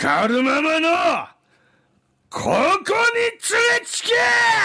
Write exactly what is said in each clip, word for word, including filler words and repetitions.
光ママのここに連れつけ。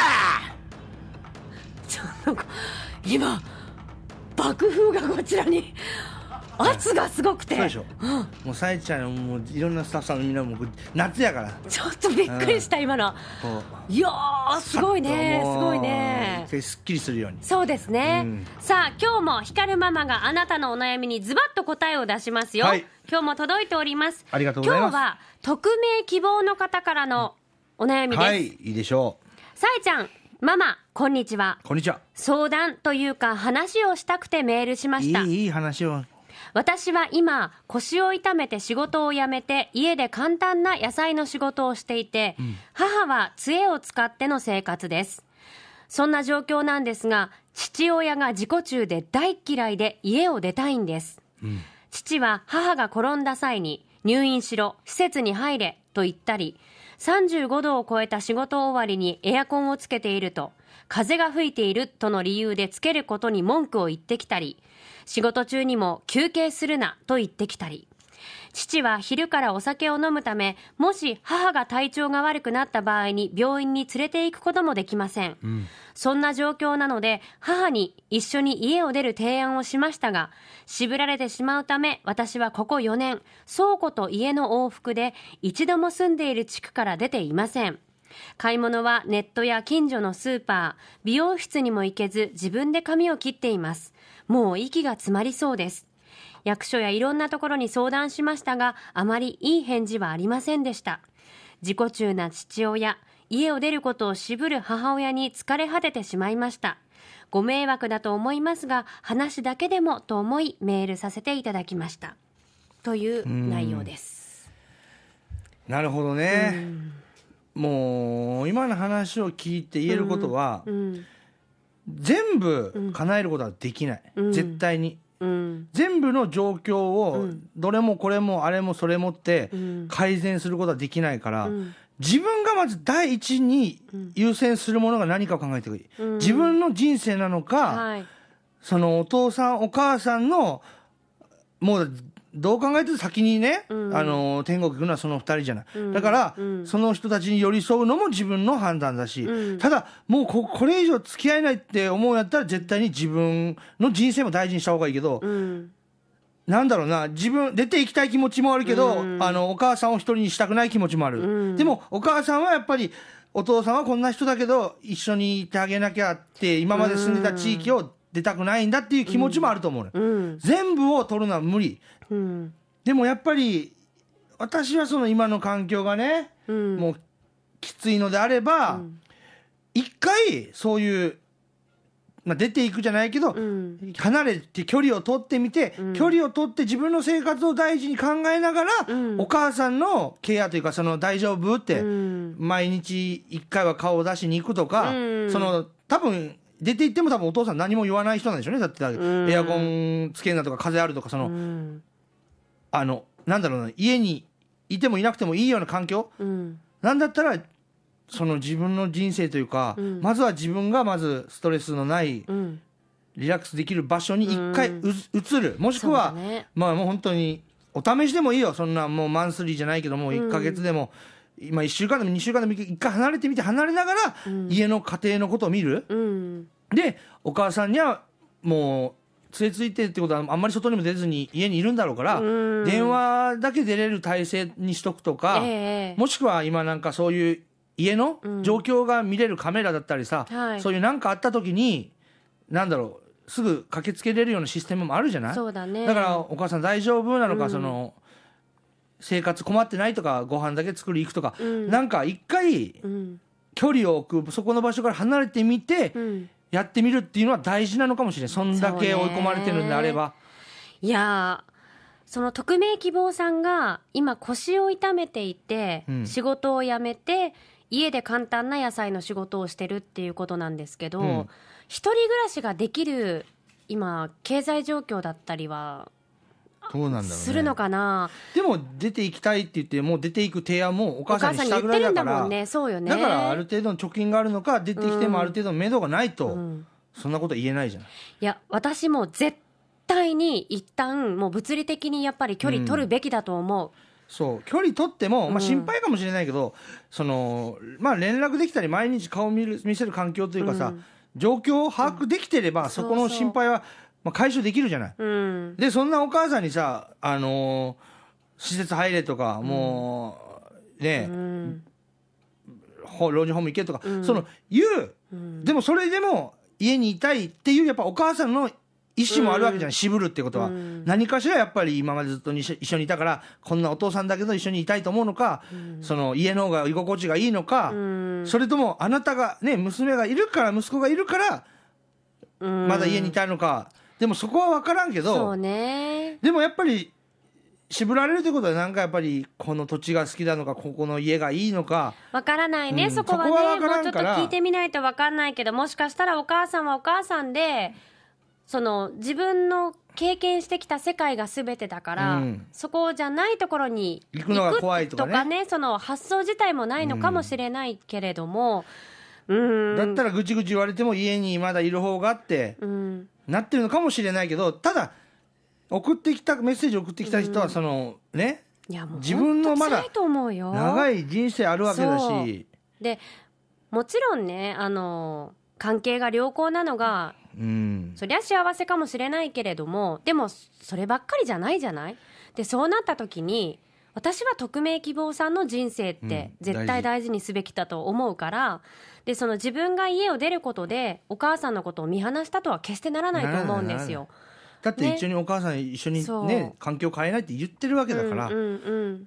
ちょなんか今爆風がこちらに圧がすごくて、 そうでしょ、うん、もうさえちゃんもういろんなスタッフさんのみんなも夏やからちょっとびっくりした、うん、今のいやーすごいねすごいね、 すっきりするように。 そうですね、うん、さあ今日も光ママがあなたのお悩みにズバッと答えを出しますよ、はい、今日も届いております。 ありがとうございます。 今日は匿名希望の方からのお悩みです。 はい、いいでしょう。さえちゃんママこんにちは。 こんにちは。 相談というか話をしたくてメールしました。 いいいい話を。 私は今腰を痛めて仕事を辞めて家で簡単な野菜の仕事をしていて、うん、母は杖を使っての生活です。そんな状況なんですが父親が自己中で大嫌いで家を出たいんです、うん、父は母が転んだ際に入院しろ施設に入れと言ったりさんじゅうごどを超えた仕事終わりにエアコンをつけていると風が吹いているとの理由でつけることに文句を言ってきたり仕事中にも休憩するなと言ってきたり父は昼からお酒を飲むためもし母が体調が悪くなった場合に病院に連れて行くこともできません、うん、そんな状況なので母に一緒に家を出る提案をしましたが渋られてしまうため私はここよねん倉庫と家の往復で一度も住んでいる地区から出ていません。買い物はネットや近所のスーパー美容室にも行けず自分で髪を切っています。もう息が詰まりそうです。役所やいろんなところに相談しましたがあまりいい返事はありませんでした。自己中な父親家を出ることを渋る母親に疲れ果ててしまいました。ご迷惑だと思いますが話だけでもと思いメールさせていただきましたという内容です。 なるほどね。もう今の話を聞いて言えることは、うんうん、全部叶えることはできない、うん、絶対に、うん、全部の状況をどれもこれもあれもそれもって改善することはできないから、うん、自分がまず第一に優先するものが何かを考えてくる、うん、自分の人生なのか、はい、そのお父さんお母さんのもうどう考えても先にね、うん、あの天国行くのはそのふたりじゃない、うん、だから、うん、その人たちに寄り添うのも自分の判断だし、うん、ただもう こ, これ以上付き合えないって思うんやったら絶対に自分の人生も大事にした方がいいけど、うん、なんだろうな自分出ていきたい気持ちもあるけど、うん、あのお母さんを一人にしたくない気持ちもある、うん、でもお母さんはやっぱりお父さんはこんな人だけど一緒にいてあげなきゃって今まで住んでた地域を出たくないんだっていう気持ちもあると思う、うん、全部を取るのは無理、うん、でもやっぱり私はその今の環境がね、うん、もうきついのであれば、うん、一回そういう、まあ、出ていくじゃないけど、うん、離れて距離を取ってみて、うん、距離を取って自分の生活を大事に考えながら、うん、お母さんのケアというかその大丈夫って、うん、毎日一回は顔を出しに行くとか、うん、その多分出て行っても多分お父さん何も言わない人なんでしょうね。だってエアコンつけるなとか風あるとかその、うん、あのなんだろうな家にいてもいなくてもいいような環境、うん、なんだったらその自分の人生というか、うん、まずは自分がまずストレスのない、うん、リラックスできる場所に一回う、うん、移るもしくは、ね、まあもう本当にお試しでもいいよ。そんなもうマンスリーじゃないけどもういっかげつでも、今いっしゅうかんでもにしゅうかんでも一回離れてみて離れながら、うん、家の家庭のことを見る、うん、でお母さんにはもう連れついてってことはあんまり外にも出ずに家にいるんだろうから、うん、電話だけ出れる体制にしとくとか、えー、もしくは今なんかそういう家の状況が見れるカメラだったりさ、うんはい、そういうなんかあった時になんだろうすぐ駆けつけれるようなシステムもあるじゃない。 そうだね。 だからお母さん大丈夫なのか、うん、その生活困ってないとかご飯だけ作り行くとか、うん、なんか一回距離を置くそこの場所から離れてみてやってみるっていうのは大事なのかもしれない。そんだけ追い込まれてるんであれば。 いやその匿名希望さんが今腰を痛めていて、うん、仕事を辞めて家で簡単な野菜の仕事をしてるっていうことなんですけど、うん、一人暮らしができる今経済状況だったりはどうなんだろうね、 するのかな。 でも出ていきたいって言ってもう出ていく提案もお母さんにしたぐらいだから、お母さんに言ってるんだもんね。そうよね。だからある程度の貯金があるのか出てきてもある程度の目処がないと、うん、そんなこと言えないじゃん。いや私も絶対に一旦もう物理的にやっぱり距離取るべきだと思う、 そう距離取っても、まあ、心配かもしれないけど、うん、そのまあ、連絡できたり毎日顔を見る見せる環境というかさ、うん、状況を把握できてれば、うん、そこの心配はまあ、解消できるじゃない、うん、でそんなお母さんにさ、あのー、施設入れとか、うん、もうね、うん、老人ホーム行けとか、うん、その言う、うん、でもそれでも家にいたいっていうやっぱお母さんの意思もあるわけじゃない、うん、渋るってことは、うん、何かしらやっぱり今までずっと一緒にいたからこんなお父さんだけど一緒にいたいと思うのか、うん、その家の方が居心地がいいのか、うん、それともあなたがね娘がいるから息子がいるから、うん、まだ家にいたいのか、でもそこは分からんけど、 そうね、 でもやっぱり渋られるということはなんかやっぱりこの土地が好きなのかここの家がいいのか分からないね、うん、そこはね、もうちょっと聞いてみないと分かんないけど、もしかしたらお母さんはお母さんでその自分の経験してきた世界が全てだから、うん、そこじゃないところに行くのが怖いとかね、 とかね、その発想自体もないのかもしれないけれども、 うん、だったらぐちぐち言われても家にまだいる方がって、うん、なってるのかもしれないけど、ただ送ってきたメッセージ送ってきた人はその、うん、ね、 いやもう自分のまだ長い人生あるわけだし、 でもちろんね、あの関係が良好なのが、うん、そりゃ幸せかもしれないけれども、でもそればっかりじゃないじゃない。でそうなった時に私は匿名希望さんの人生って絶対大事にすべきだと思うから、うん、でその自分が家を出ることでお母さんのことを見放したとは決してならないと思うんですよ。 だって一緒にお母さん一緒にね環境変えないって言ってるわけだから、うんうんうん、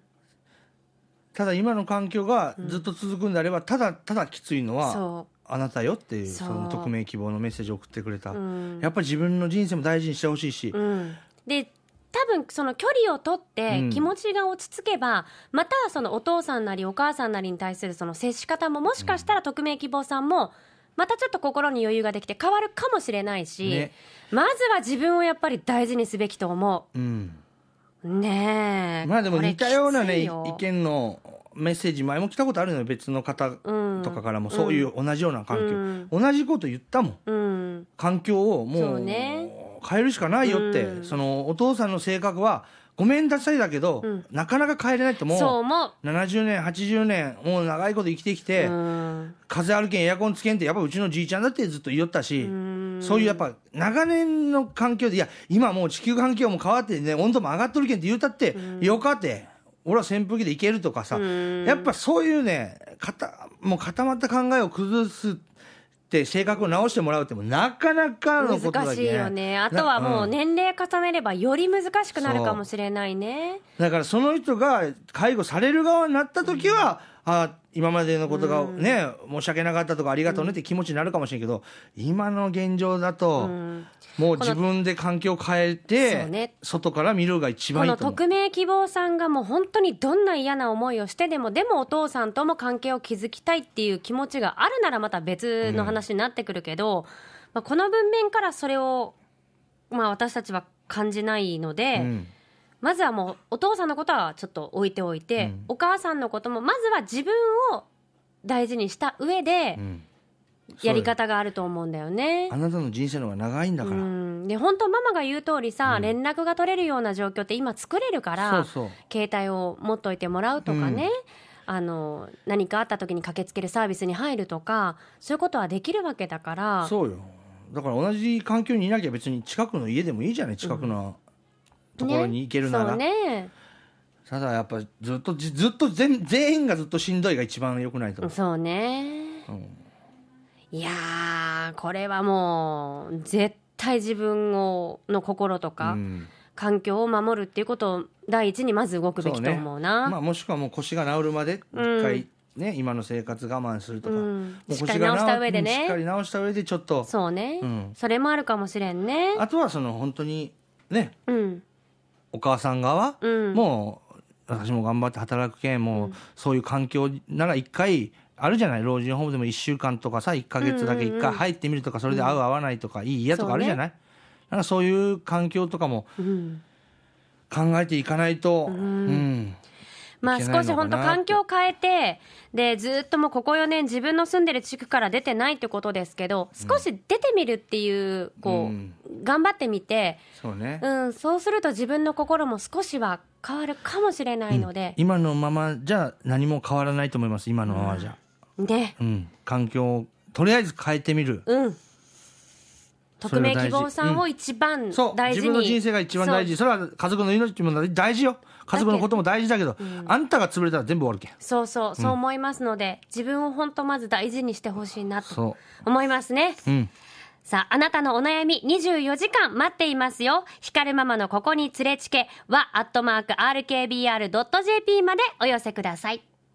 ただ今の環境がずっと続くんであれば、ただただきついのはあなたよっていう、その匿名希望のメッセージを送ってくれた、うん、やっぱり自分の人生も大事にしてほしいし、うん、 で多分その距離を取って気持ちが落ち着けば、うん、またそのお父さんなりお母さんなりに対するその接し方ももしかしたら匿名希望さんもまたちょっと心に余裕ができて変わるかもしれないし、ね、まずは自分をやっぱり大事にすべきと思う、うん、ねえ、 まあでも似たようなね意見のメッセージ前も来たことあるのよ、別の方とかからも、うん、そういう同じような環境、うん、同じこと言ったもん、うん、環境をもう変えるしかないよって、うん、そのお父さんの性格はごめんなさいだけど、うん、なかなか変えれないって、もうそう思う、 ななじゅうねんはちじゅうねんもう長いこと生きてきて、うん、風あるけんエアコンつけんってやっぱうちのじいちゃんだってずっと言いよったし、うん、そういうやっぱ長年の環境で、いや今もう地球環境も変わってね温度も上がっとるけんって言うたって、うん、よかって俺は扇風機でいけるとかさ、うん、やっぱそういうねかたもう固まった考えを崩すって性格を直してもらうってもなかなかのことだけ、ね、 難しいよね。あとはもう年齢重ねればより難しくなるかもしれないね。 だからその人が介護される側になった時は、うん、あ今までのことがね、うん、申し訳なかったとかありがとうねって気持ちになるかもしれんけど、うん、今の現状だと、うん、もう自分で環境を変えて、ね、外から見るが一番いいと思う。 この匿名希望さんがもう本当にどんな嫌な思いをしてでもでもお父さんとも関係を築きたいっていう気持ちがあるならまた別の話になってくるけど、うんまあ、この文面からそれを、まあ、私たちは感じないので、うんまずはもうお父さんのことはちょっと置いておいて、うん、お母さんのこともまずは自分を大事にした上で、うん、やり方があると思うんだよね。 あなたの人生の方が長いんだから、うん、 で本当ママが言う通りさ、うん、連絡が取れるような状況って今作れるからそうそう携帯を持っといてもらうとかね、うん、あの何かあった時に駆けつけるサービスに入るとかそういうことはできるわけだから。 そうよ、だから同じ環境にいなきゃ別に近くの家でもいいじゃない、近くの、うんところに行けるなら、 ねそうね、 ただやっぱずっとずっと全全員がずっとしんどいが一番良くないと思う。 そうね、うん、いやーこれはもう絶対自分をの心とか、うん、環境を守るっていうことを第一にまず動くべきと思うな。 うね、まあ、もしくはもう腰が治るまで一回、うんね、今の生活我慢するとか、うん、 もうしっかり直した上でね、 しっかり直した上でちょっとそうね、うん、それもあるかもしれんね。 あとはその本当にね、うんお母さん側、うん、もう私も頑張って働くけんもう、うん、そういう環境なら一回あるじゃない、老人ホームでもいっしゅうかんとかさいっかげつだけ一回入ってみるとか、それで合う合わないとか、うん、いい嫌とかあるじゃない、ね、なんかそういう環境とかも考えていかないと、うんうん、 まあ少し本当環境を変えて、でずっともうここよねん自分の住んでる地区から出てないってことですけど、少し出てみるっていうこう、うん、頑張ってみて、 そうね、 うん、そうすると自分の心も少しは変わるかもしれないので、 うん、今のままじゃ何も変わらないと思います。今のままじゃ、 うん、で、 うん、環境をとりあえず変えてみる、 うん、匿名希望さんを一番大事に、うん、 そう自分の人生が一番大事。 そ, それは家族の命も大事よ。家族のことも大事だけど、うん、あんたが潰れたら全部終わるけん。 そうそうそう思いますので、うん、自分を本当まず大事にしてほしいなと思いますね。 うん、 さあ、あなたのお悩みにじゅうよじかん待っていますよ。ひかるママのここに連れちけはアットマーク アールケービーアールドットジェーピー までお寄せください。